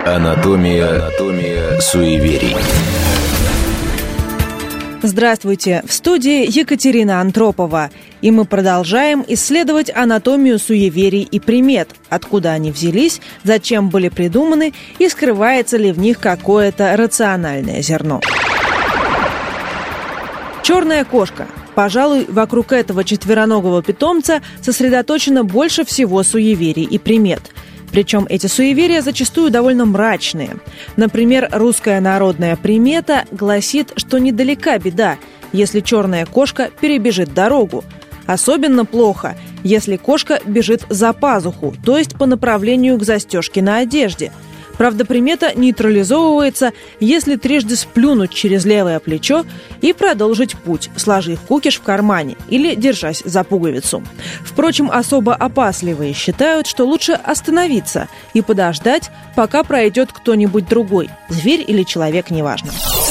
Анатомия суеверий. Здравствуйте! В студии Екатерина Антропова. И мы продолжаем исследовать анатомию суеверий и примет, откуда они взялись, зачем были придуманы и скрывается ли в них какое-то рациональное зерно. Черная кошка. Пожалуй, вокруг этого четвероногого питомца сосредоточено больше всего суеверий и примет. Причем эти суеверия зачастую довольно мрачные. Например, русская народная примета гласит, что недалека беда, если черная кошка перебежит дорогу. Особенно плохо, если кошка бежит за пазуху, то есть по направлению к застежке на одежде. Правда, примета нейтрализовывается, если трижды сплюнуть через левое плечо и продолжить путь, сложив кукиш в кармане или держась за пуговицу. Впрочем, особо опасливые считают, что лучше остановиться и подождать, пока пройдет кто-нибудь другой, зверь или человек, неважно.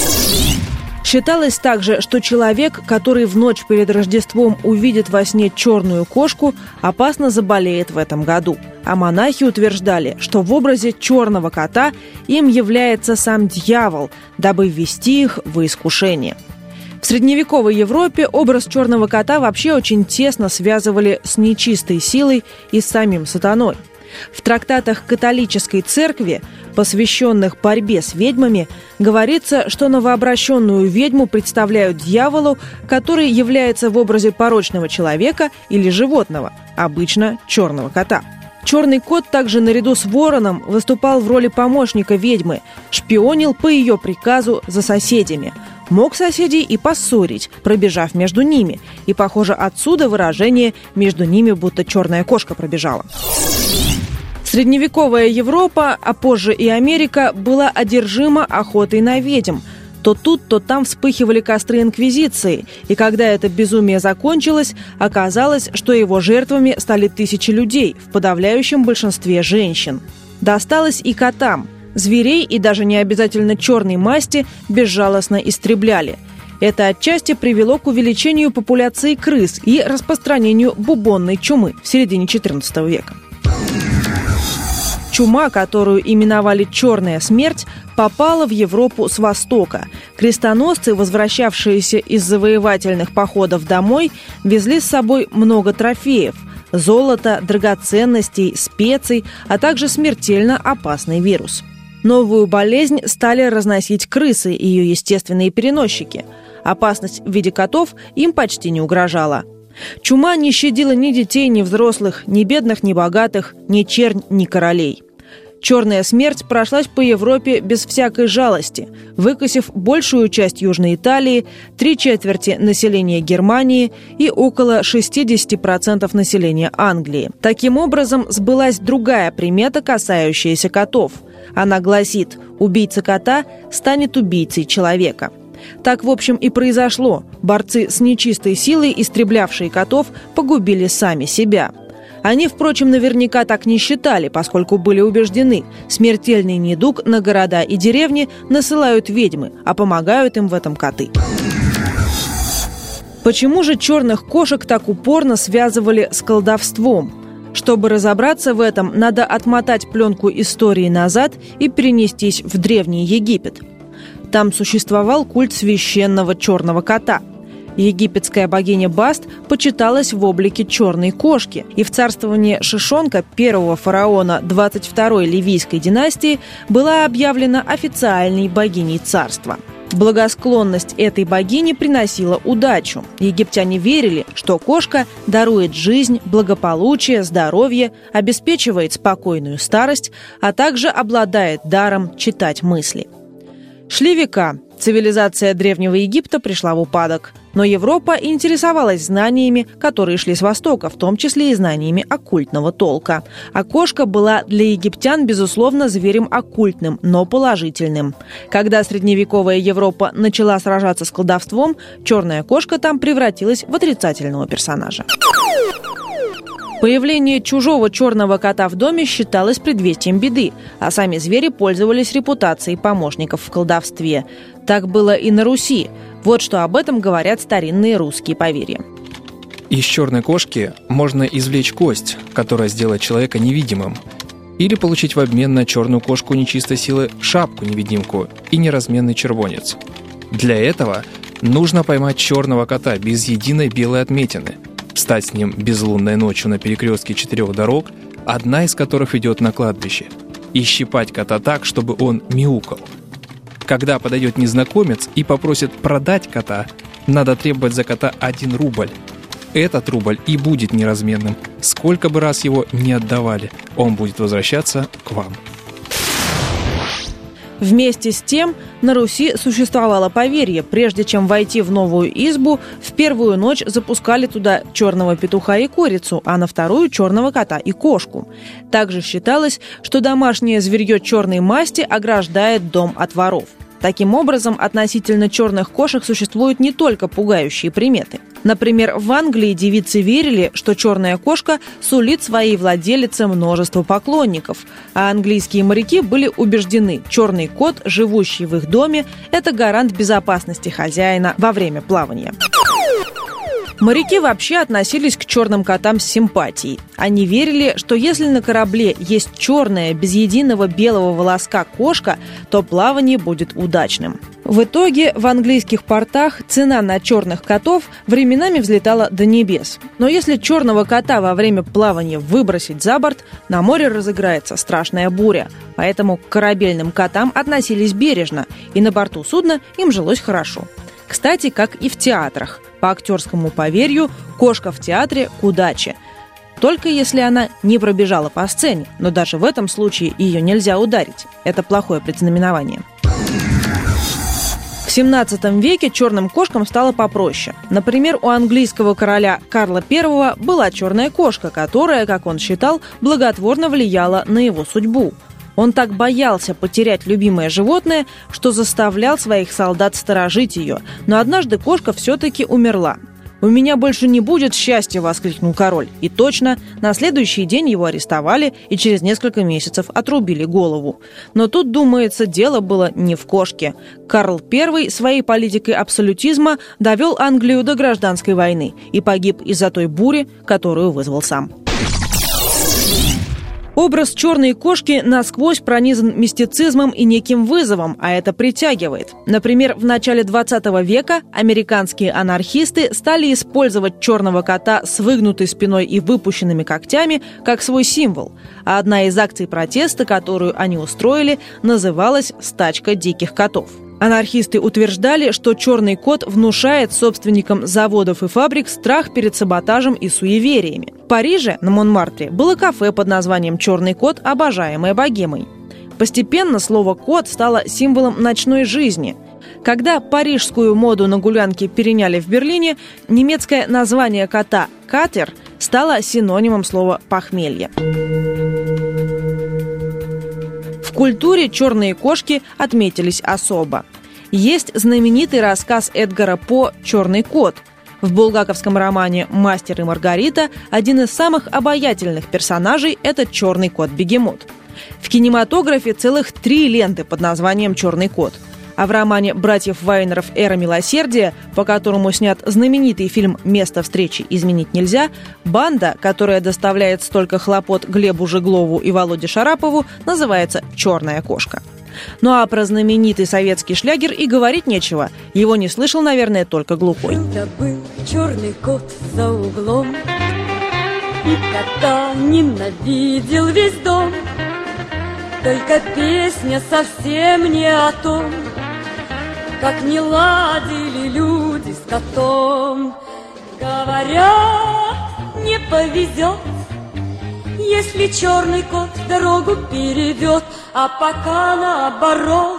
Считалось также, что человек, который в ночь перед Рождеством увидит во сне черную кошку, опасно заболеет в этом году. А монахи утверждали, что в образе черного кота им является сам дьявол, дабы ввести их в искушение. В средневековой Европе образ черного кота вообще очень тесно связывали с нечистой силой и с самим сатаной. В трактатах католической церкви, посвященных борьбе с ведьмами, говорится, что новообращенную ведьму представляют дьяволу, который является в образе порочного человека или животного, обычно черного кота. Черный кот также наряду с вороном выступал в роли помощника ведьмы, шпионил по ее приказу за соседями. Мог соседей и поссорить, пробежав между ними. И, похоже, отсюда выражение «между ними будто черная кошка пробежала». Средневековая Европа, а позже и Америка, была одержима охотой на ведьм. То тут, то там вспыхивали костры инквизиции, и когда это безумие закончилось, оказалось, что его жертвами стали тысячи людей, в подавляющем большинстве женщин. Досталось и котам. Зверей, и даже не обязательно черной масти, безжалостно истребляли. Это отчасти привело к увеличению популяции крыс и распространению бубонной чумы в середине XIV века. Чума, которую именовали «черная смерть», попала в Европу с востока. Крестоносцы, возвращавшиеся из завоевательных походов домой, везли с собой много трофеев – золота, драгоценностей, специй, а также смертельно опасный вирус. Новую болезнь стали разносить крысы и ее естественные переносчики. Опасность в виде котов им почти не угрожала. Чума не щадила ни детей, ни взрослых, ни бедных, ни богатых, ни чернь, ни королей. Черная смерть прошлась по Европе без всякой жалости, выкосив большую часть Южной Италии, 3/4 населения Германии и около 60% населения Англии. Таким образом, сбылась другая примета, касающаяся котов. Она гласит: убийца кота станет убийцей человека. Так, в общем, и произошло. Борцы с нечистой силой, истреблявшие котов, погубили сами себя. Они, впрочем, наверняка так не считали, поскольку были убеждены, смертельный недуг на города и деревни насылают ведьмы, а помогают им в этом коты. Почему же черных кошек так упорно связывали с колдовством? Чтобы разобраться в этом, надо отмотать пленку истории назад и перенестись в Древний Египет. Там существовал культ священного черного кота. Египетская богиня Баст почиталась в облике черной кошки, и в царствовании Шишонка, первого фараона 22-й ливийской династии, была объявлена официальной богиней царства. Благосклонность этой богини приносила удачу. Египтяне верили, что кошка дарует жизнь, благополучие, здоровье, обеспечивает спокойную старость, а также обладает даром читать мысли. Шли века. Цивилизация Древнего Египта пришла в упадок. Но Европа интересовалась знаниями, которые шли с Востока, в том числе и знаниями оккультного толка. А кошка была для египтян, безусловно, зверем оккультным, но положительным. Когда средневековая Европа начала сражаться с колдовством, черная кошка там превратилась в отрицательного персонажа. Появление чужого черного кота в доме считалось предвестием беды, а сами звери пользовались репутацией помощников в колдовстве. Так было и на Руси. Вот что об этом говорят старинные русские поверья. Из черной кошки можно извлечь кость, которая сделает человека невидимым. Или получить в обмен на черную кошку нечистой силы шапку-невидимку и неразменный червонец. Для этого нужно поймать черного кота без единой белой отметины, встать с ним безлунной ночью на перекрестке 4 дорог, одна из которых ведет на кладбище, и щипать кота так, чтобы он мяукал. Когда подойдет незнакомец и попросит продать кота, надо требовать за кота 1 рубль. Этот рубль и будет неразменным. Сколько бы раз его не отдавали, он будет возвращаться к вам. Вместе с тем, на Руси существовало поверье: прежде чем войти в новую избу, в первую ночь запускали туда черного петуха и курицу, а на вторую – черного кота и кошку. Также считалось, что домашнее зверье черной масти ограждает дом от воров. Таким образом, относительно черных кошек существуют не только пугающие приметы. Например, в Англии девицы верили, что черная кошка сулит своей владелице множество поклонников, а английские моряки были убеждены, черный кот, живущий в их доме, это гарант безопасности хозяина во время плавания. Моряки вообще относились к черным котам с симпатией. Они верили, что если на корабле есть черная, без единого белого волоска кошка, то плавание будет удачным. В итоге в английских портах цена на черных котов временами взлетала до небес. Но если черного кота во время плавания выбросить за борт, на море разыграется страшная буря. Поэтому к корабельным котам относились бережно, и на борту судна им жилось хорошо. Кстати, как и в театрах. По актерскому поверью, кошка в театре к удаче. Только если она не пробежала по сцене, но даже в этом случае ее нельзя ударить. Это плохое предзнаменование. В XVII веке черным кошкам стало попроще. Например, у английского короля Карла I была черная кошка, которая, как он считал, благотворно влияла на его судьбу. Он так боялся потерять любимое животное, что заставлял своих солдат сторожить ее. Но однажды кошка все-таки умерла. «У меня больше не будет счастья!» – воскликнул король. И точно, на следующий день его арестовали и через несколько месяцев отрубили голову. Но тут, думается, дело было не в кошке. Карл I своей политикой абсолютизма довел Англию до гражданской войны и погиб из-за той бури, которую вызвал сам. Образ черной кошки насквозь пронизан мистицизмом и неким вызовом, а это притягивает. Например, в начале 20 века американские анархисты стали использовать черного кота с выгнутой спиной и выпущенными когтями как свой символ. А одна из акций протеста, которую они устроили, называлась «Стачка диких котов». Анархисты утверждали, что черный кот внушает собственникам заводов и фабрик страх перед саботажем и суевериями. В Париже, на Монмартре, было кафе под названием «Черный кот», обожаемое богемой. Постепенно слово «кот» стало символом ночной жизни. Когда парижскую моду на гулянки переняли в Берлине, немецкое название кота «катер» стало синонимом слова «похмелье». В культуре черные кошки отметились особо. Есть знаменитый рассказ Эдгара По «Черный кот». В булгаковском романе «Мастер и Маргарита» один из самых обаятельных персонажей – это черный кот-бегемот. В кинематографе целых 3 ленты под названием «Черный кот». А в романе братьев Вайнеров «Эра милосердия», по которому снят знаменитый фильм «Место встречи изменить нельзя», банда, которая доставляет столько хлопот Глебу Жеглову и Володе Шарапову, называется «Черная кошка». Ну а про знаменитый советский шлягер и говорить нечего. Его не слышал, наверное, только глухой. Был черный кот за углом, и кота ненавидел весь дом. Только песня совсем не о том, как не ладили люди с котом. Говорят, не повезет, если черный кот дорогу перейдет, а пока наоборот.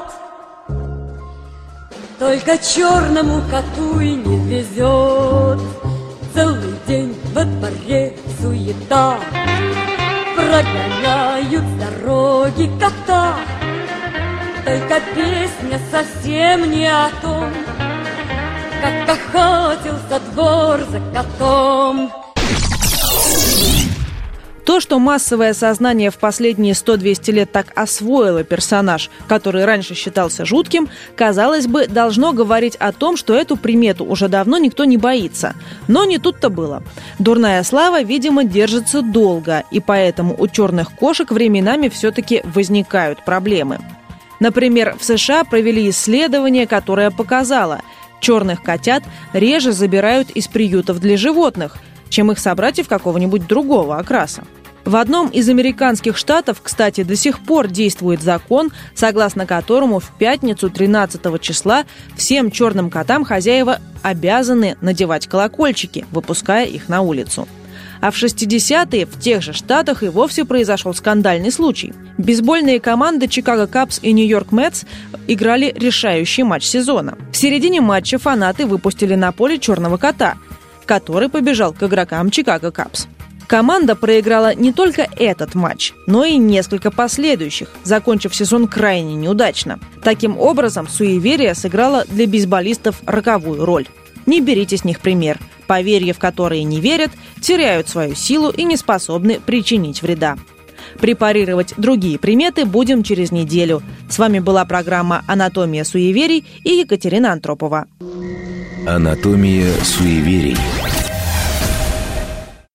Только черному коту и не везет. Целый день во дворе суета, прогоняют с дороги кота. Только песня совсем не о том, как охотился двор за котом. То, что массовое сознание в последние 100-200 лет так освоило персонаж, который раньше считался жутким, казалось бы, должно говорить о том, что эту примету уже давно никто не боится. Но не тут-то было. Дурная слава, видимо, держится долго, и поэтому у черных кошек временами все-таки возникают проблемы. Например, в США провели исследование, которое показало, черных котят реже забирают из приютов для животных, чем их собратьев какого-нибудь другого окраса. В одном из американских штатов, кстати, до сих пор действует закон, согласно которому в пятницу 13 числа всем черным котам хозяева обязаны надевать колокольчики, выпуская их на улицу. А в 60-е в тех же штатах и вовсе произошел скандальный случай. Бейсбольные команды Чикаго Кабс и Нью-Йорк Мэтс играли решающий матч сезона. В середине матча фанаты выпустили на поле черного кота, который побежал к игрокам Чикаго Кабс. Команда проиграла не только этот матч, но и несколько последующих, закончив сезон крайне неудачно. Таким образом, суеверие сыграло для бейсболистов роковую роль. Не берите с них пример. Поверья, в которые не верят, теряют свою силу и не способны причинить вреда. Препарировать другие приметы будем через неделю. С вами была программа «Анатомия суеверий» и Екатерина Антропова. Анатомия суеверий.